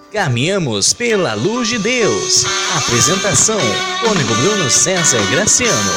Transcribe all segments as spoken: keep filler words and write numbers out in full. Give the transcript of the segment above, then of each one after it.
Caminhamos pela luz de Deus. Apresentação: Cônego Bruno César Graciano.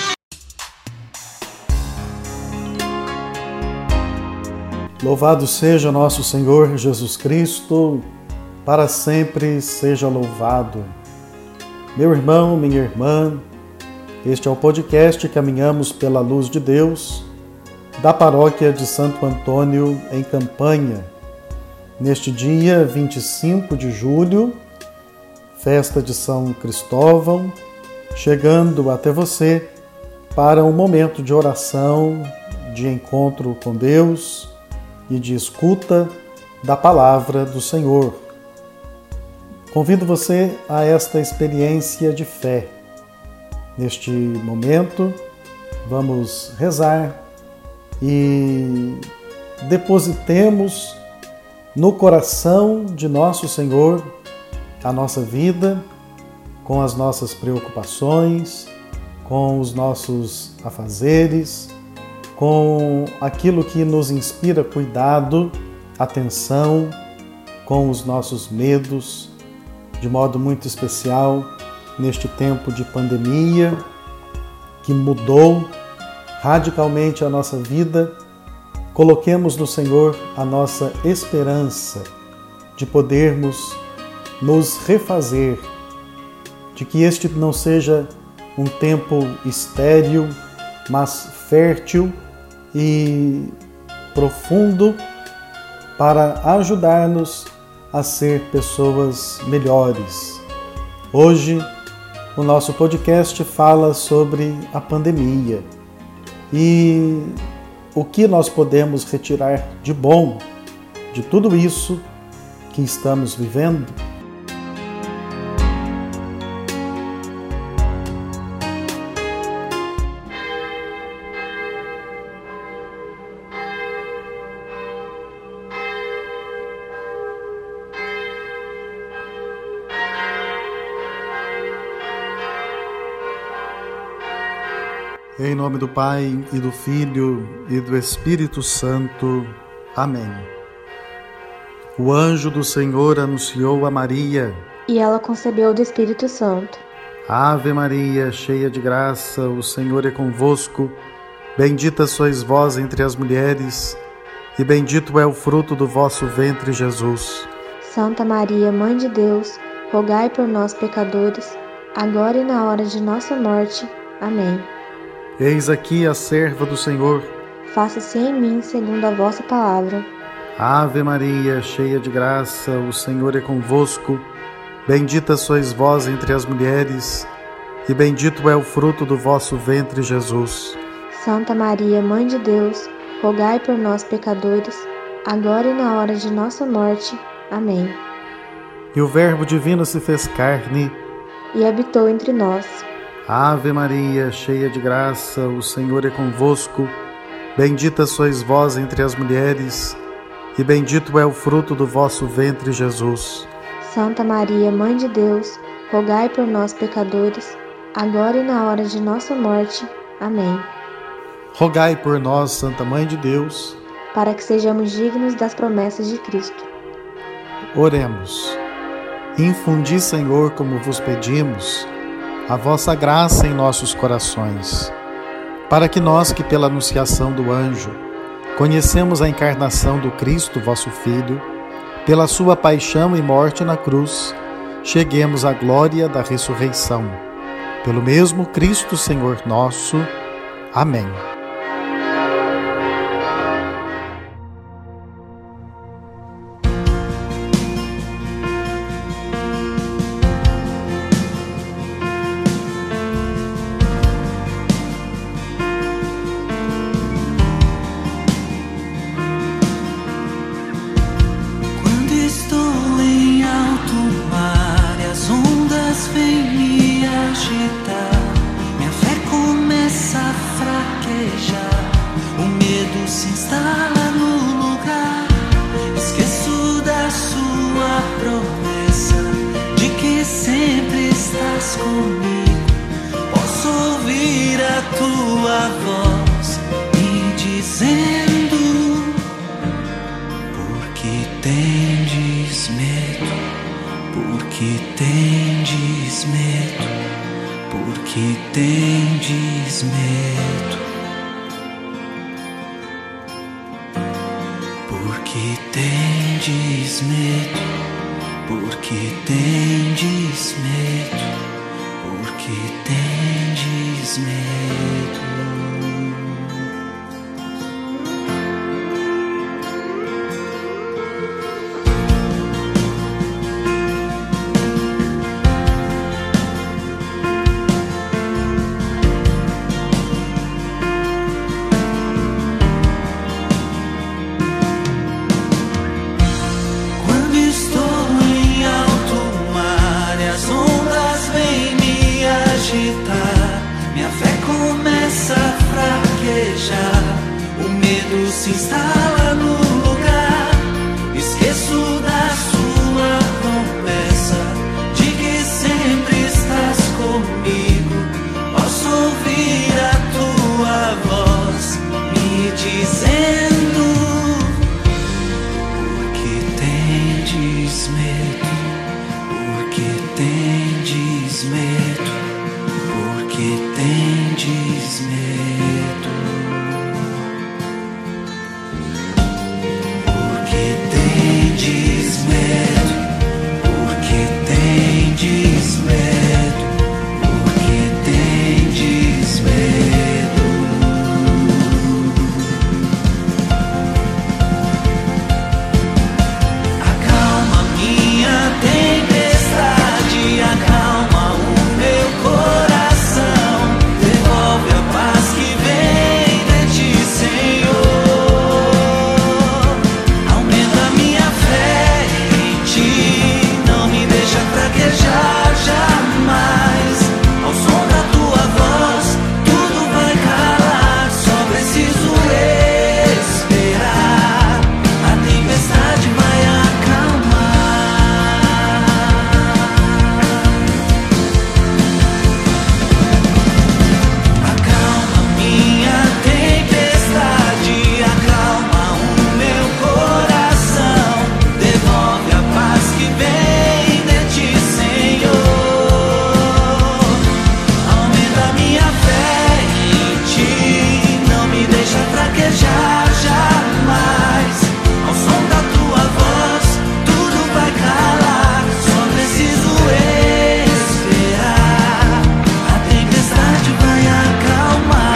Louvado seja nosso Senhor Jesus Cristo, para sempre seja louvado. Meu irmão, minha irmã, este é o podcast Caminhamos pela Luz de Deus, da paróquia de Santo Antônio, em Campanha. Neste dia vinte e cinco de julho, festa de São Cristóvão, chegando até você para um momento de oração, de encontro com Deus e de escuta da palavra do Senhor. Convido você a esta experiência de fé. Neste momento, vamos rezar e depositemos no coração de nosso Senhor a nossa vida, com as nossas preocupações, com os nossos afazeres, com aquilo que nos inspira cuidado, atenção, com os nossos medos, de modo muito especial neste tempo de pandemia que mudou radicalmente a nossa vida. Coloquemos no Senhor a nossa esperança de podermos nos refazer, de que este não seja um tempo estéril, mas fértil e profundo para ajudar-nos a ser pessoas melhores. Hoje, o nosso podcast fala sobre a pandemia e o que nós podemos retirar de bom de tudo isso que estamos vivendo. Em nome do Pai, e do Filho, e do Espírito Santo. Amém. O anjo do Senhor anunciou a Maria, e ela concebeu do Espírito Santo. Ave Maria, cheia de graça, o Senhor é convosco. Bendita sois vós entre as mulheres, e bendito é o fruto do vosso ventre, Jesus. Santa Maria, Mãe de Deus, rogai por nós, pecadores, agora e na hora de nossa morte. Amém. Eis aqui a serva do Senhor. Faça-se em mim segundo a vossa palavra. Ave Maria, cheia de graça, o Senhor é convosco. Bendita sois vós entre as mulheres, e bendito é o fruto do vosso ventre, Jesus. Santa Maria, Mãe de Deus, rogai por nós, pecadores, agora e na hora de nossa morte. Amém. E o Verbo divino se fez carne e habitou entre nós. Ave Maria, cheia de graça, o Senhor é convosco. Bendita sois vós entre as mulheres, e bendito é o fruto do vosso ventre, Jesus. Santa Maria, Mãe de Deus, rogai por nós, pecadores, agora e na hora de nossa morte. Amém. Rogai por nós, Santa Mãe de Deus, para que sejamos dignos das promessas de Cristo. Oremos. Infundi, Senhor, como vos pedimos, a vossa graça em nossos corações, para que nós que pela anunciação do anjo conhecemos a encarnação do Cristo, vosso Filho, pela sua paixão e morte na cruz, cheguemos à glória da ressurreição. Pelo mesmo Cristo, Senhor nosso. Amém. Tua voz me dizendo: por que tendes medo? Porque tendes medo, porque tendes medo, porque tendes medo, porque tendes medo, porque tendes medo. Minha fé começa a fraquejar, o medo se instala no lugar. Esqueço da sua promessa de que sempre estás comigo. Posso ouvir a tua voz me dizendo: porque tendes medo, porque tendes medo, porque tendes medo, porque tendes medo, porque tendes medo, porque tendes medo. Acalma minha tempestade, acalma o meu coração. Devolve a paz que vem de ti, Senhor. Aumenta minha fé em ti, não me deixa fraquejar jamais. Ao som da tua voz, tudo vai calar. Só preciso esperar, a tempestade vai acalmar. Acalma minha tempestade, acalma o meu coração. Devolve a paz que vem de ti, Senhor. Aumenta minha fé em ti, não me deixa fraquejar jamais. Ao som da tua voz, tudo vai calar. Só preciso esperar, a tempestade vai acalmar.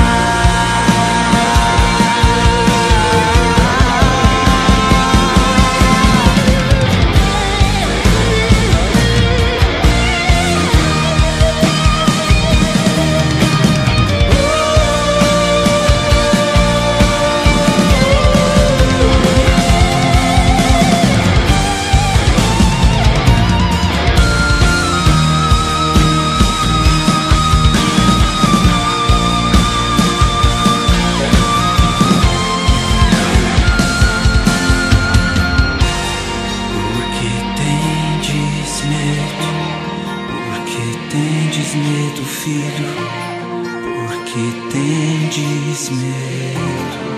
Porque tendes medo, porque tendes medo, filho, porque tendes medo,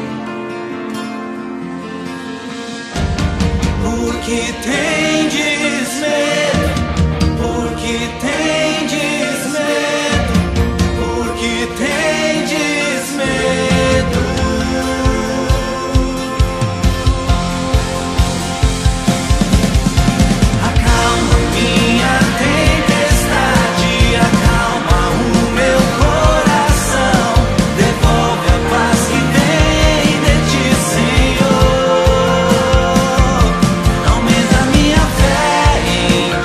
porque tendes medo, porque tendes medo, porque tendes medo. Acalma minha tempestade, acalma o meu coração. Devolve a paz que vem de ti, Senhor. Aumenta minha fé em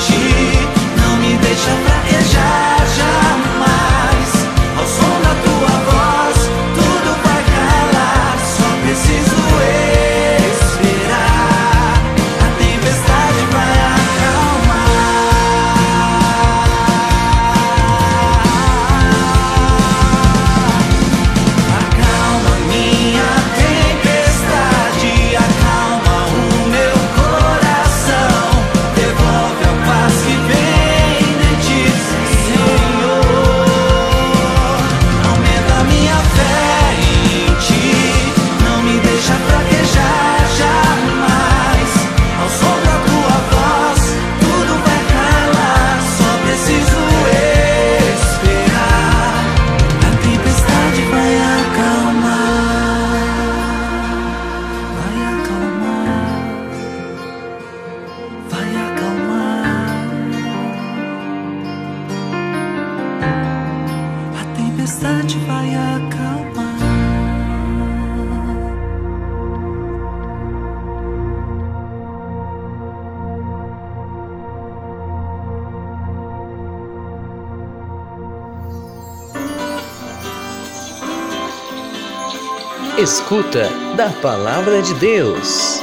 Escuta da Palavra de Deus.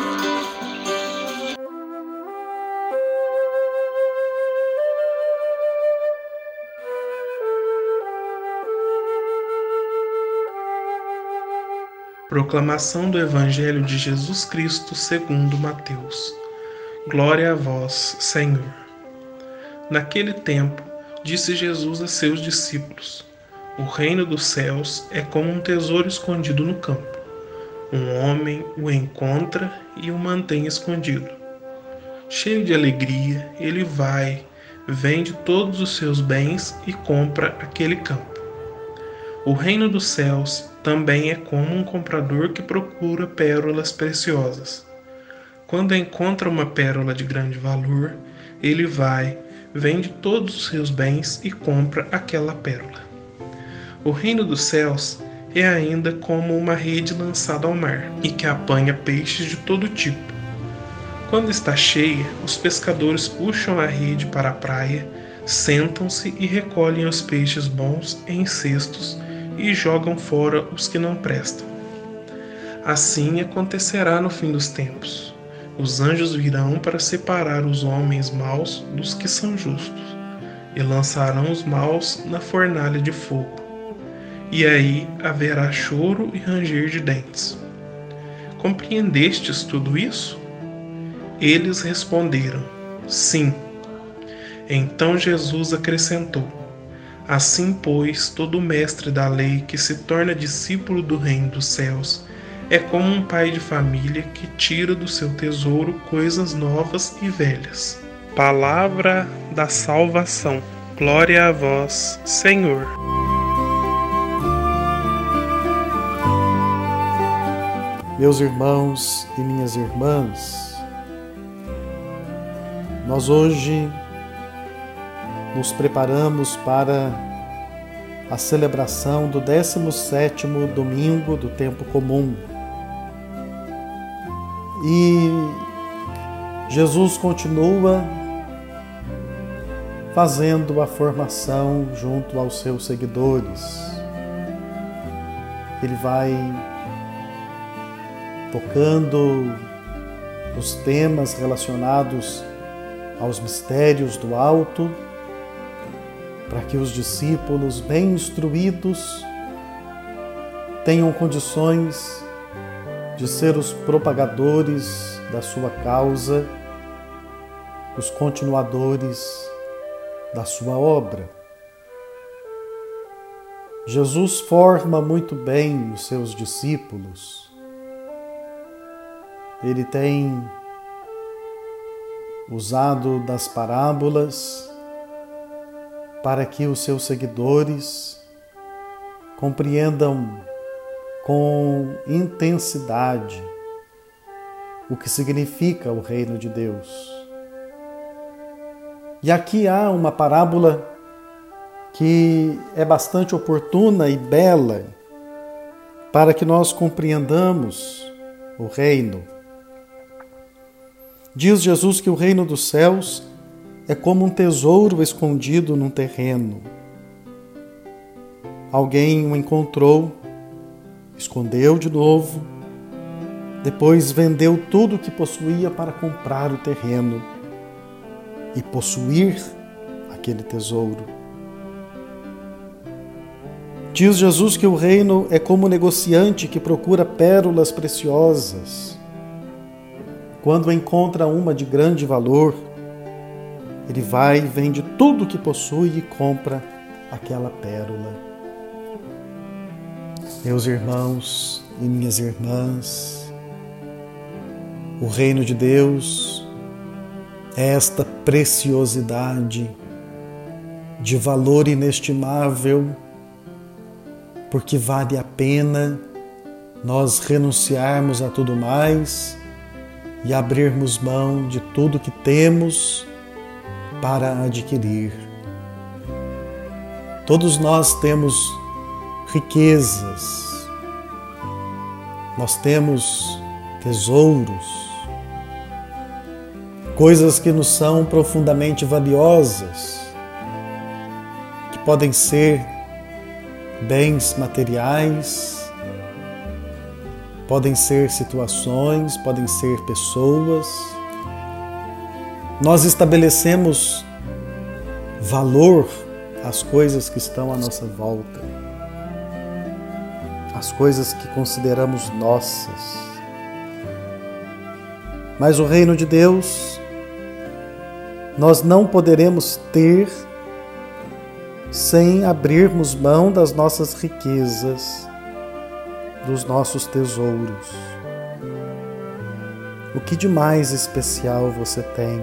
Proclamação do Evangelho de Jesus Cristo segundo Mateus. Glória a vós, Senhor. Naquele tempo, disse Jesus a seus discípulos: O reino dos céus é como um tesouro escondido no campo. Um homem o encontra e o mantém escondido. Cheio de alegria, ele vai, vende todos os seus bens e compra aquele campo. O reino dos céus também é como um comprador que procura pérolas preciosas. Quando encontra uma pérola de grande valor, ele vai, vende todos os seus bens e compra aquela pérola. O reino dos céus é ainda como uma rede lançada ao mar e que apanha peixes de todo tipo. Quando está cheia, os pescadores puxam a rede para a praia, sentam-se e recolhem os peixes bons em cestos e jogam fora os que não prestam. Assim acontecerá no fim dos tempos. Os anjos virão para separar os homens maus dos que são justos, e lançarão os maus na fornalha de fogo. E aí haverá choro e ranger de dentes. Compreendestes tudo isso? Eles responderam: Sim. Então Jesus acrescentou: Assim, pois, todo mestre da lei que se torna discípulo do reino dos céus é como um pai de família que tira do seu tesouro coisas novas e velhas. Palavra da salvação. Glória a vós, Senhor. Meus irmãos e minhas irmãs, nós hoje nos preparamos para a celebração do décimo sétimo domingo do tempo comum. E Jesus continua fazendo a formação junto aos seus seguidores. Ele vai tocando os temas relacionados aos mistérios do alto, para que os discípulos bem instruídos tenham condições de ser os propagadores da sua causa, os continuadores da sua obra. Jesus forma muito bem os seus discípulos. Ele tem usado das parábolas para que os seus seguidores compreendam com intensidade o que significa o reino de Deus. E aqui há uma parábola que é bastante oportuna e bela para que nós compreendamos o reino. Diz Jesus que o reino dos céus é como um tesouro escondido num terreno. Alguém o encontrou, escondeu de novo, depois vendeu tudo o que possuía para comprar o terreno e possuir aquele tesouro. Diz Jesus que o reino é como um negociante que procura pérolas preciosas. Quando encontra uma de grande valor, ele vai e vende tudo o que possui e compra aquela pérola. Meus irmãos e minhas irmãs, o reino de Deus é esta preciosidade de valor inestimável, porque vale a pena nós renunciarmos a tudo mais e abrirmos mão de tudo que temos para adquirir. Todos nós temos riquezas, nós temos tesouros, coisas que nos são profundamente valiosas, que podem ser bens materiais, Podem ser situações, podem ser pessoas. Nós estabelecemos valor às coisas que estão à nossa volta, às coisas que consideramos nossas. Mas o reino de Deus, nós não poderemos ter sem abrirmos mão das nossas riquezas, dos nossos tesouros. O que de mais especial você tem?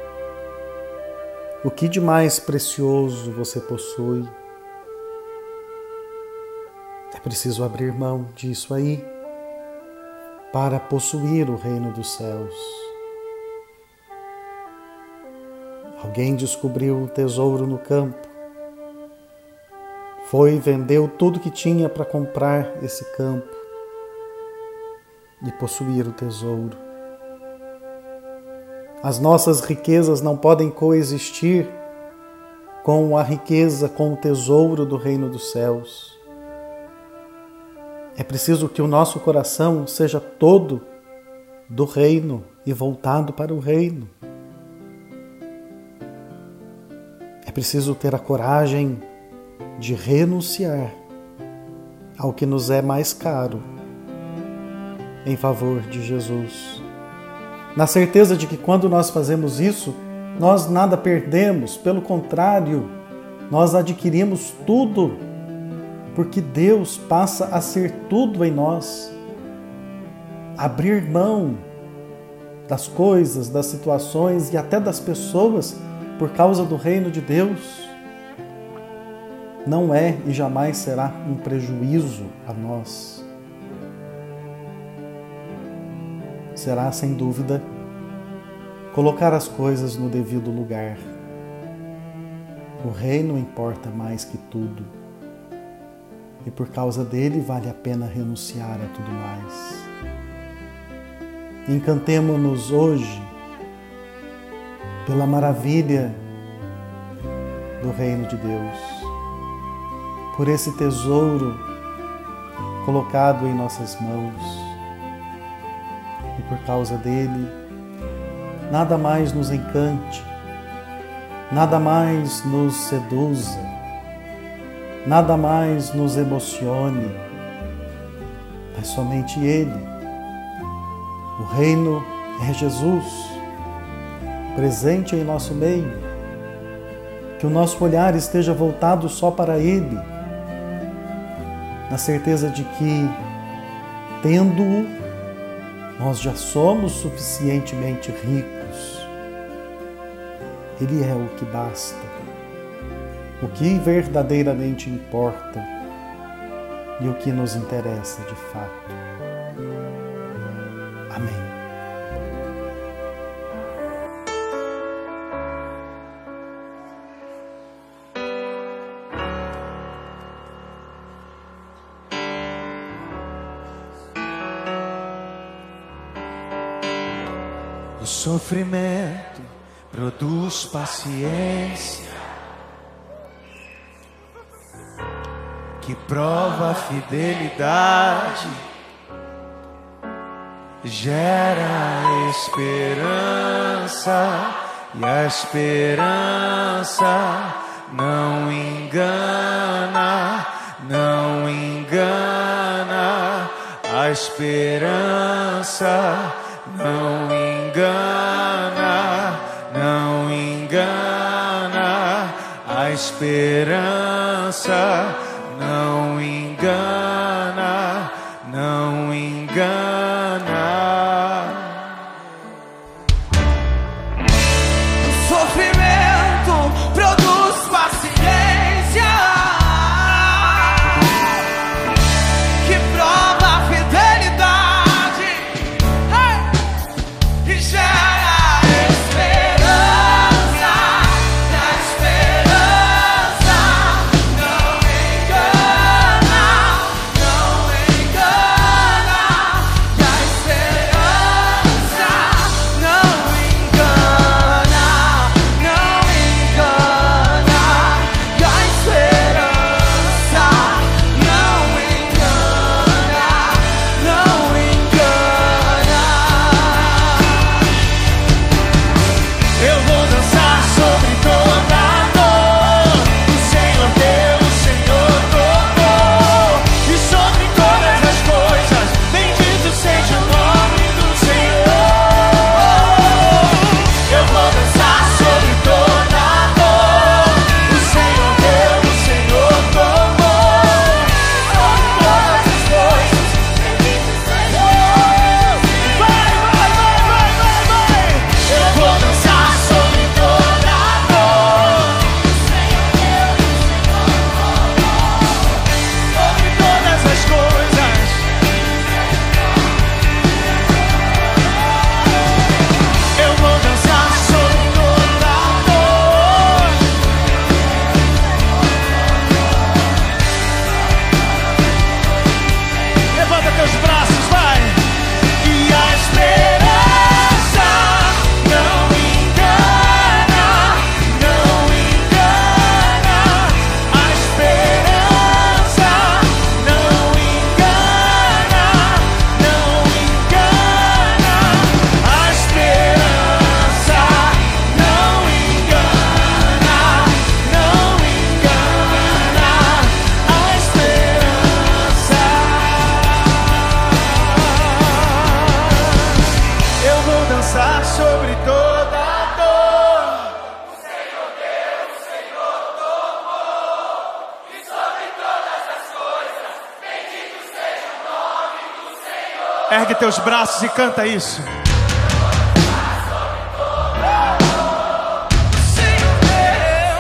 O que de mais precioso você possui? É preciso abrir mão disso aí para possuir o reino dos céus. Alguém descobriu um tesouro no campo, foi e vendeu tudo que tinha para comprar esse campo e possuir o tesouro. As nossas riquezas não podem coexistir com a riqueza, com o tesouro do reino dos céus. É preciso que o nosso coração seja todo do reino e voltado para o reino. É preciso ter a coragem de renunciar ao que nos é mais caro em favor de Jesus. Na certeza de que quando nós fazemos isso, nós nada perdemos, pelo contrário, nós adquirimos tudo, porque Deus passa a ser tudo em nós. Abrir mão das coisas, das situações e até das pessoas por causa do reino de Deus não é e jamais será um prejuízo a nós. Será, sem dúvida, colocar as coisas no devido lugar. O reino importa mais que tudo. E por causa dele vale a pena renunciar a tudo mais. Encantemo-nos hoje pela maravilha do reino de Deus, por esse tesouro colocado em nossas mãos. E por causa dele, nada mais nos encante, nada mais nos seduza, nada mais nos emocione, mas somente ele. O reino é Jesus, presente em nosso meio. Que o nosso olhar esteja voltado só para ele, na certeza de que, tendo-o, nós já somos suficientemente ricos. Ele é o que basta, o que verdadeiramente importa e o que nos interessa de fato. Amém. O sofrimento produz paciência, que prova a fidelidade, gera esperança, e a esperança não engana, não engana, a esperança não engana, não engana, a esperança não engana, não engana. O sofrimento produz paciência, que prova a fidelidade, hey! E gera esperança, e a esperança não engana. Eu vou dançar sobre toda a dor. O Senhor deu, o Senhor tomou. E sobre todas as coisas, bendito seja o nome do Senhor. Eu vou dançar sobre toda a dor. O Senhor deu, o Senhor tomou. Sobre todas as coisas, bendito seja o nome. Vai, vai, vai, vai, vai, vai. Eu vou dançar sobre toda a dor. O Senhor deu, o Senhor tomou. Sobre todas as coisas. Eu vou dançar sobre toda a dor. Levanta teus braços, vai. E a esperança não engana, não engana. A esperança não engana, não engana. A esperança não engana, não engana. A esperança. Eu vou dançar sobre toda a dor. O Senhor deu, o Senhor tomou. E sobre todas as coisas, bendito seja o nome do Senhor. Ergue teus braços e canta isso. O Senhor deu.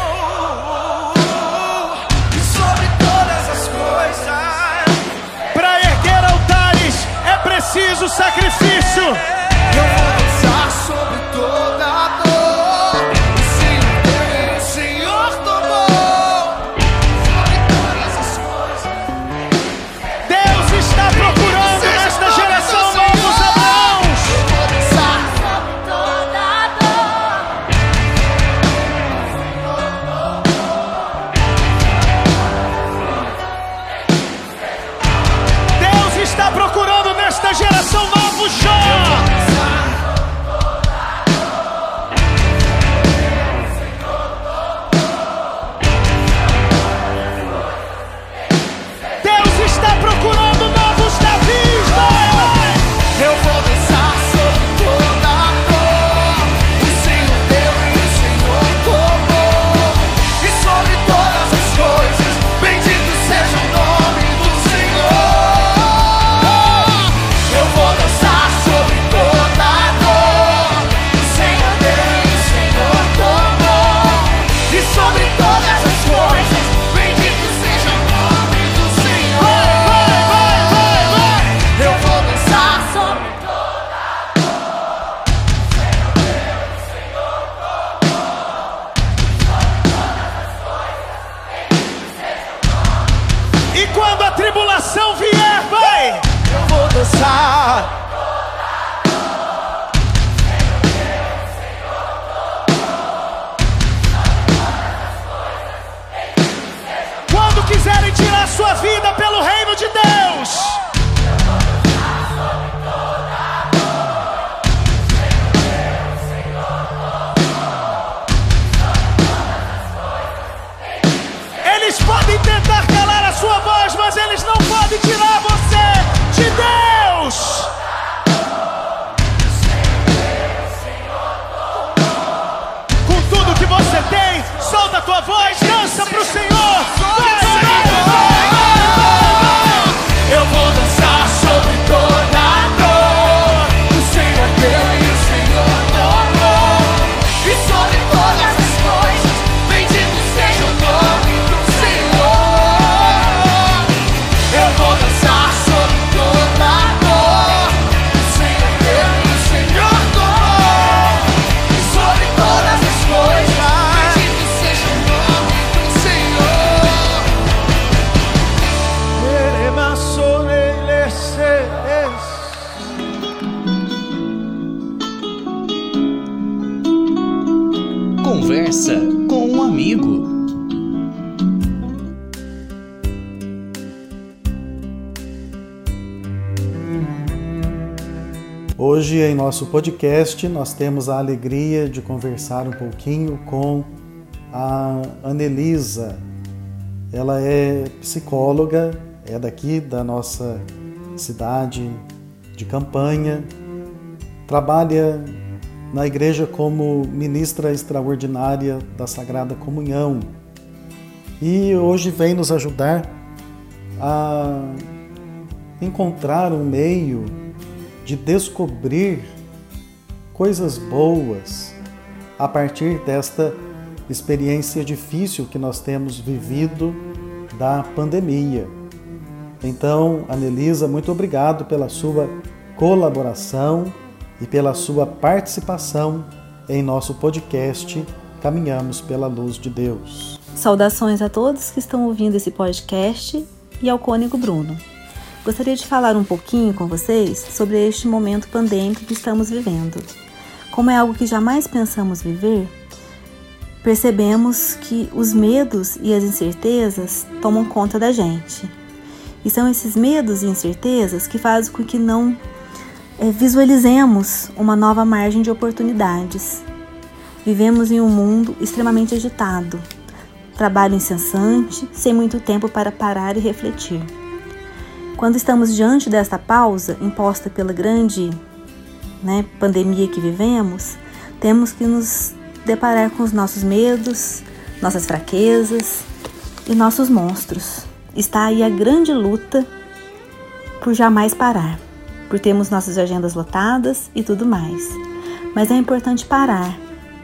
E sobre todas as coisas. Para erguer altares é preciso sacrifício. Eu vou dançar sobre toda a dor. O Senhor deu, o Senhor tomou. Sobre todas as coisas. Deus está procurando nesta geração novos Abraãos. Eu vou dançar sobre toda a dor. Deus está procurando nesta geração novos Jó. Deus está procurando novos Davis, vai, vai. Eu vou dançar sobre toda a dor. O Senhor deu e o Senhor tomou. E sobre todas as coisas, bendito seja o nome do Senhor. Eu vou dançar sobre toda a dor. O Senhor deu e o Senhor tomou. E sobre todas as coisas, bendito seja o nome do Senhor. Vai, vai, vai, vai. Eu vou dançar sobre toda a dor. O Senhor deu, o Senhor tomou. Sobre todas as coisas, bendito seja o nome. E quando a tribulação vier, vai. Eu vou dançar. Quando quiserem tirar sua vida pelo reino de Deus. Eles podem tentar calar a sua voz, mas eles não podem tirar você de Deus. Com tudo que você tem, solta a tua voz, dança pro Senhor. Vai, vai, vai, vai. Eu vou dançar sobre toda a dor. O Senhor deu e o Senhor tomou. E sobre todas as coisas, bendito seja o nome do Senhor. Eu vou dançar sobre toda a dor. O Senhor deu e o Senhor tomou. E sobre todas as coisas, bendito seja o nome do Senhor. Conversa com um amigo. Hoje, em nosso podcast, nós temos a alegria de conversar um pouquinho com a Anelisa. Ela é psicóloga, é daqui da nossa cidade de Campanha, trabalha na igreja como ministra extraordinária da Sagrada Comunhão e hoje vem nos ajudar a encontrar um meio de descobrir coisas boas a partir desta experiência difícil que nós temos vivido da pandemia. Então, Anelisa, muito obrigado pela sua colaboração e pela sua participação em nosso podcast Caminhamos pela Luz de Deus. Saudações a todos que estão ouvindo esse podcast e ao Cônego Bruno. Gostaria de falar um pouquinho com vocês sobre este momento pandêmico que estamos vivendo. Como é algo que jamais pensamos viver, percebemos que os medos e as incertezas tomam conta da gente. E são esses medos e incertezas que fazem com que não é, visualizemos uma nova margem de oportunidades. Vivemos em um mundo extremamente agitado, trabalho incessante, sem muito tempo para parar e refletir. Quando estamos diante desta pausa imposta pela grande né, pandemia que vivemos, temos que nos deparar com os nossos medos, nossas fraquezas e nossos monstros. Está aí a grande luta por jamais parar, por termos nossas agendas lotadas e tudo mais. Mas é importante parar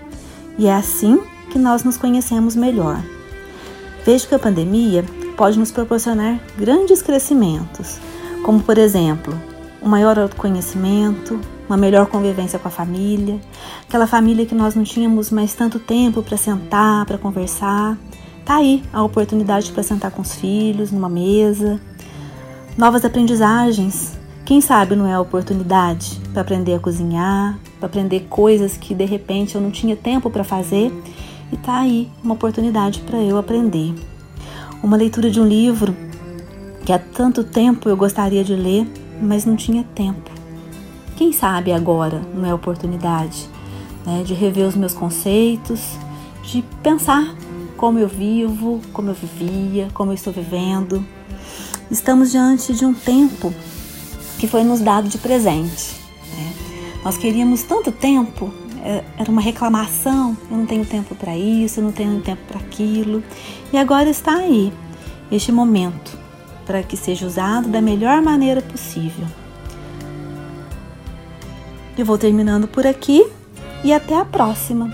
e é assim que nós nos conhecemos melhor. Vejo que a pandemia pode nos proporcionar grandes crescimentos, como, por exemplo, um maior autoconhecimento, uma melhor convivência com a família, aquela família que nós não tínhamos mais tanto tempo para sentar, para conversar. Tá aí a oportunidade para sentar com os filhos, numa mesa. Novas aprendizagens. Quem sabe não é a oportunidade para aprender a cozinhar, para aprender coisas que de repente eu não tinha tempo para fazer. E tá aí uma oportunidade para eu aprender. Uma leitura de um livro que há tanto tempo eu gostaria de ler, mas não tinha tempo. Quem sabe agora não é a oportunidade, né, de rever os meus conceitos, de pensar como eu vivo, como eu vivia, como eu estou vivendo. Estamos diante de um tempo que foi nos dado de presente. Né? Nós queríamos tanto tempo, era uma reclamação, eu não tenho tempo para isso, eu não tenho tempo para aquilo. E agora está aí, este momento, para que seja usado da melhor maneira possível. Eu vou terminando por aqui e até a próxima.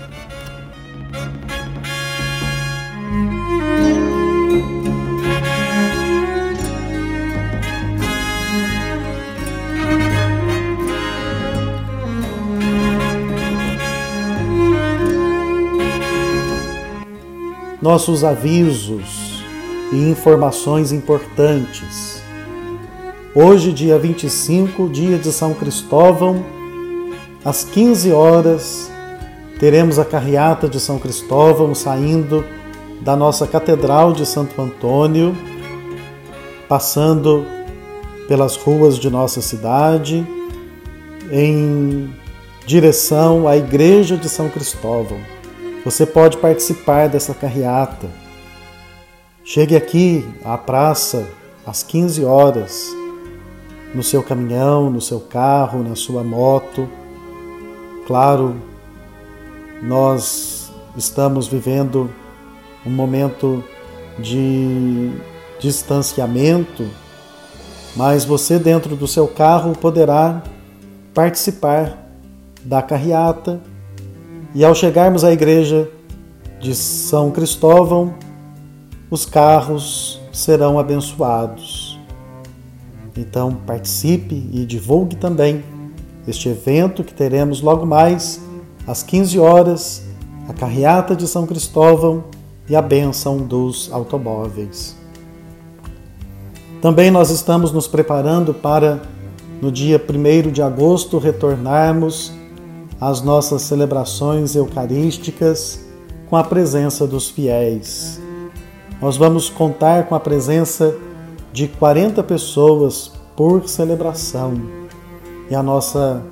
Nossos avisos e informações importantes. Hoje, dia vinte e cinco, dia de São Cristóvão, às quinze horas, teremos a carreata de São Cristóvão saindo da nossa Catedral de Santo Antônio, passando pelas ruas de nossa cidade, em direção à Igreja de São Cristóvão. Você pode participar dessa carreata. Chegue aqui à praça às quinze horas, no seu caminhão, no seu carro, na sua moto. Claro, nós estamos vivendo um momento de distanciamento, mas você dentro do seu carro poderá participar da carreata. E ao chegarmos à igreja de São Cristóvão, os carros serão abençoados. Então participe e divulgue também este evento que teremos logo mais às quinze horas, a carreata de São Cristóvão e a bênção dos automóveis. Também nós estamos nos preparando para, no dia primeiro de agosto, retornarmos às nossas celebrações eucarísticas com a presença dos fiéis. Nós vamos contar com a presença de quarenta pessoas por celebração. E a nossa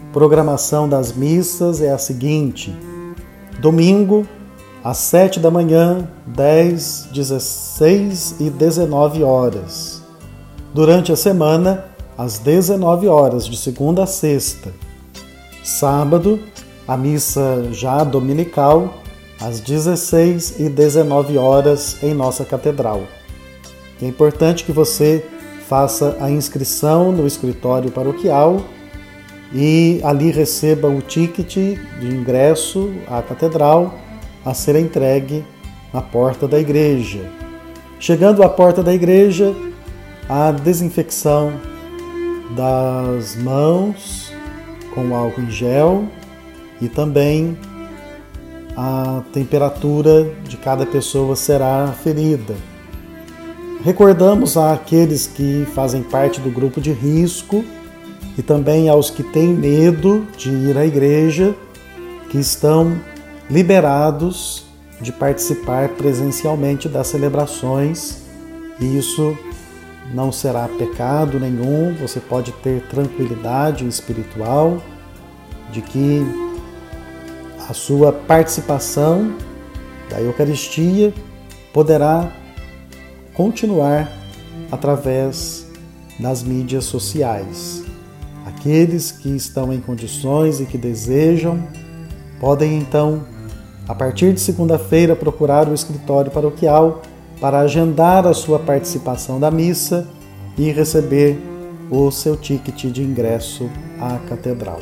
programação das missas é a seguinte: domingo, às sete da manhã, dez, dezesseis e dezenove horas. Durante a semana, às dezenove horas, de segunda a sexta. Sábado, a missa já dominical, às dezesseis e dezenove horas em nossa catedral. É importante que você faça a inscrição no escritório paroquial e ali receba o ticket de ingresso à catedral a ser entregue na porta da igreja. Chegando à porta da igreja, a desinfecção das mãos com álcool em gel e também a temperatura de cada pessoa será aferida. Recordamos àqueles que fazem parte do grupo de risco e também aos que têm medo de ir à igreja, que estão liberados de participar presencialmente das celebrações, e isso não será pecado nenhum. Você pode ter tranquilidade espiritual de que a sua participação da Eucaristia poderá continuar através das mídias sociais. Aqueles que estão em condições e que desejam podem então, a partir de segunda-feira, procurar o escritório paroquial para agendar a sua participação da missa e receber o seu ticket de ingresso à catedral.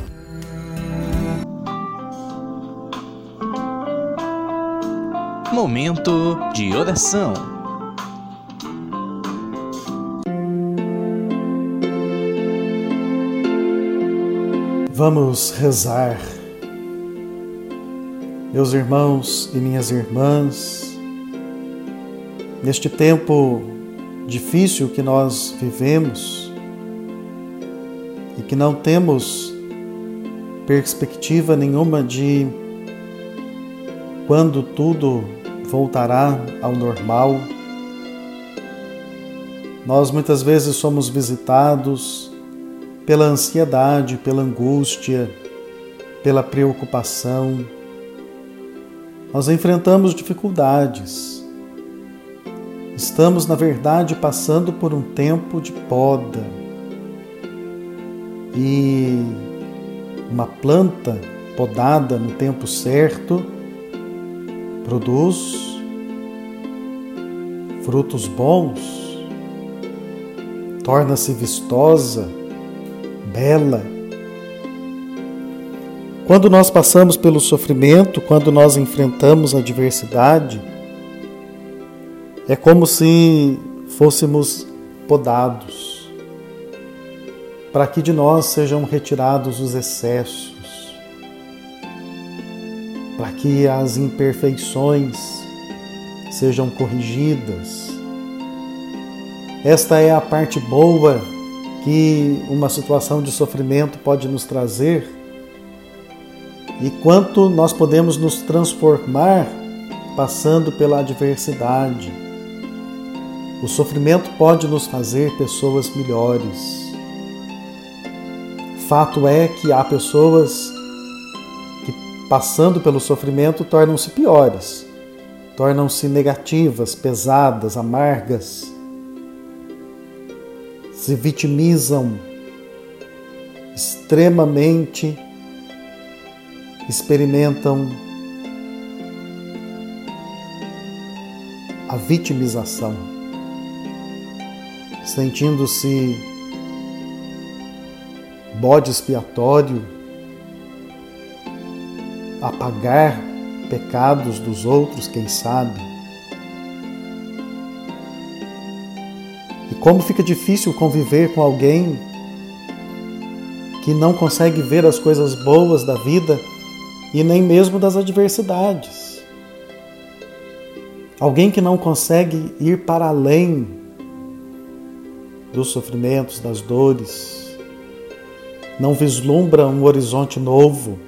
Momento de oração. Vamos rezar. Meus irmãos e minhas irmãs, neste tempo difícil que nós vivemos e que não temos perspectiva nenhuma de quando tudo voltará ao normal, nós muitas vezes somos visitados pela ansiedade, pela angústia, pela preocupação. Nós enfrentamos dificuldades. Estamos, na verdade, passando por um tempo de poda. E uma planta podada no tempo certo produz frutos bons, torna-se vistosa, bela. Quando nós passamos pelo sofrimento, quando nós enfrentamos a adversidade, é como se fôssemos podados, para que de nós sejam retirados os excessos, para que as imperfeições sejam corrigidas. Esta é a parte boa que uma situação de sofrimento pode nos trazer, e quanto nós podemos nos transformar passando pela adversidade. O sofrimento pode nos fazer pessoas melhores. Fato é que há pessoas que, passando pelo sofrimento, tornam-se piores, tornam-se negativas, pesadas, amargas, se vitimizam extremamente, experimentam a vitimização, sentindo-se bode expiatório, a pagar pecados dos outros, quem sabe. E como fica difícil conviver com alguém que não consegue ver as coisas boas da vida e nem mesmo das adversidades. Alguém que não consegue ir para além dos sofrimentos, das dores, não vislumbra um horizonte novo.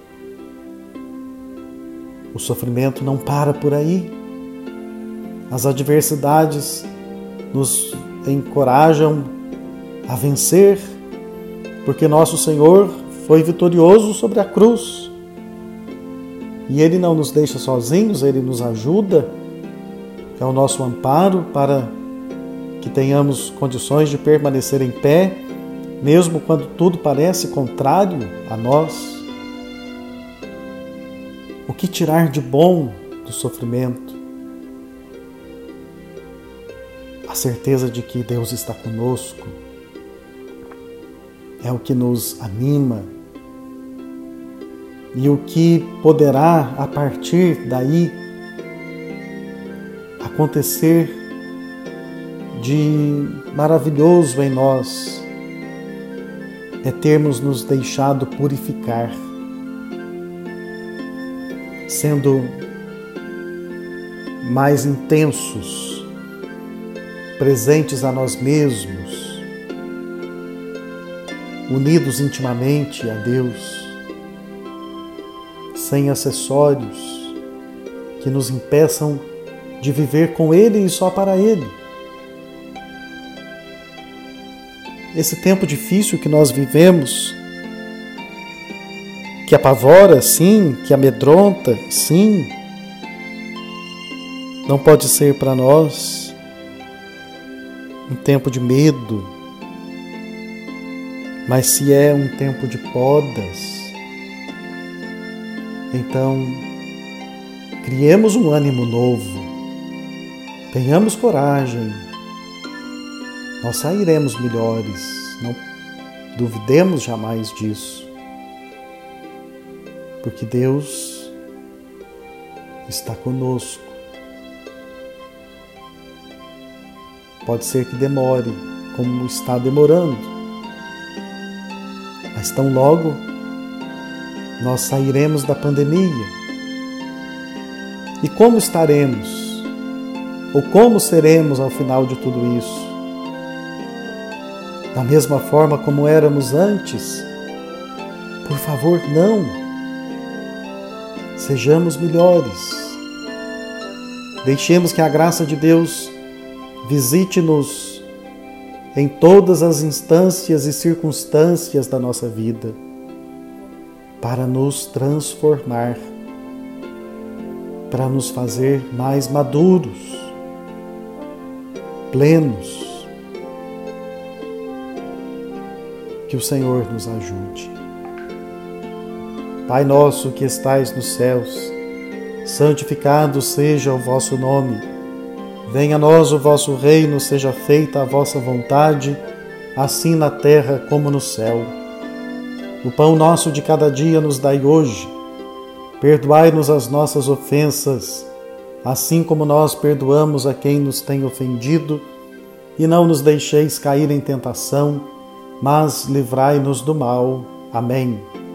O sofrimento não para por aí. As adversidades nos encorajam a vencer, porque nosso Senhor foi vitorioso sobre a cruz. E Ele não nos deixa sozinhos, Ele nos ajuda, é o nosso amparo para que tenhamos condições de permanecer em pé, mesmo quando tudo parece contrário a nós. O que tirar de bom do sofrimento? A certeza de que Deus está conosco é o que nos anima e o que poderá, a partir daí, acontecer de maravilhoso em nós é termos nos deixado purificar, sendo mais intensos, presentes a nós mesmos, unidos intimamente a Deus, sem acessórios que nos impeçam de viver com Ele e só para Ele. Esse tempo difícil que nós vivemos, que apavora, sim, que amedronta, sim, não pode ser para nós um tempo de medo, mas se é um tempo de podas, então criemos um ânimo novo, tenhamos coragem, nós sairemos melhores, não duvidemos jamais disso, porque Deus está conosco. Pode ser que demore, como está demorando, mas tão logo nós sairemos da pandemia. E como estaremos? Ou como seremos ao final de tudo isso? Da mesma forma como éramos antes? Por favor, não. Sejamos melhores. Deixemos que a graça de Deus visite-nos em todas as instâncias e circunstâncias da nossa vida, para nos transformar, para nos fazer mais maduros, plenos. Que o Senhor nos ajude. Pai nosso que estais nos céus, santificado seja o vosso nome. Venha a nós o vosso reino, seja feita a vossa vontade, assim na terra como no céu. O pão nosso de cada dia nos dai hoje. Perdoai-nos as nossas ofensas, assim como nós perdoamos a quem nos tem ofendido, e não nos deixeis cair em tentação, mas livrai-nos do mal. Amém.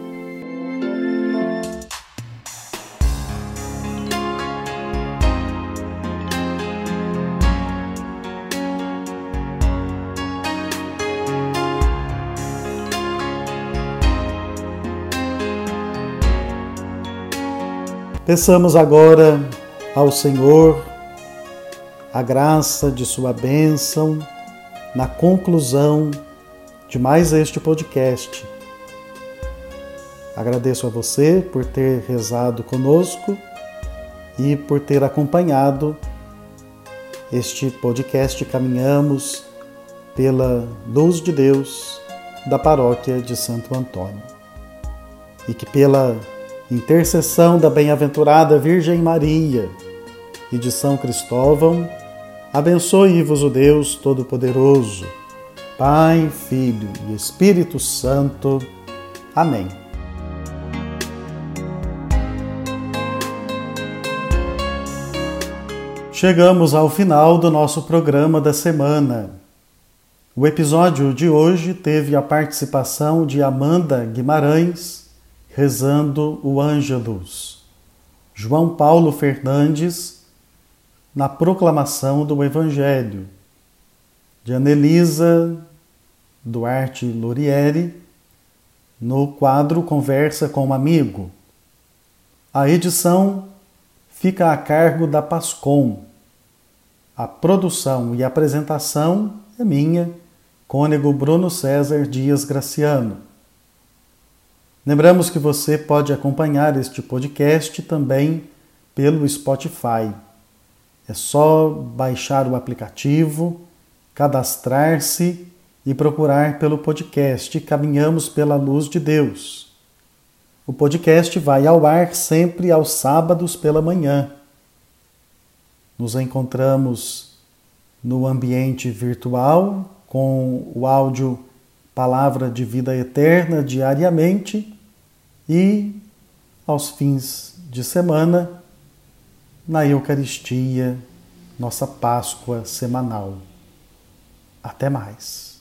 Peçamos agora ao Senhor a graça de sua bênção na conclusão de mais este podcast. Agradeço a você por ter rezado conosco e por ter acompanhado este podcast Caminhamos pela Luz de Deus da Paróquia de Santo Antônio. E que pela intercessão da bem-aventurada Virgem Maria e de São Cristóvão, abençoe-vos o Deus Todo-Poderoso, Pai, Filho e Espírito Santo. Amém. Chegamos ao final do nosso programa da semana. O episódio de hoje teve a participação de Amanda Guimarães, rezando o Ângelus, João Paulo Fernandes, na proclamação do Evangelho, de Anelisa Duarte Lorieri, no quadro Conversa com um Amigo. A edição fica a cargo da Pascom. A produção e apresentação é minha, cônego Bruno César Dias Graciano. Lembramos que você pode acompanhar este podcast também pelo Spotify. É só baixar o aplicativo, cadastrar-se e procurar pelo podcast Caminhamos pela Luz de Deus. O podcast vai ao ar sempre aos sábados pela manhã. Nos encontramos no ambiente virtual com o áudio Palavra de Vida Eterna diariamente e aos fins de semana na Eucaristia, nossa Páscoa semanal. Até mais.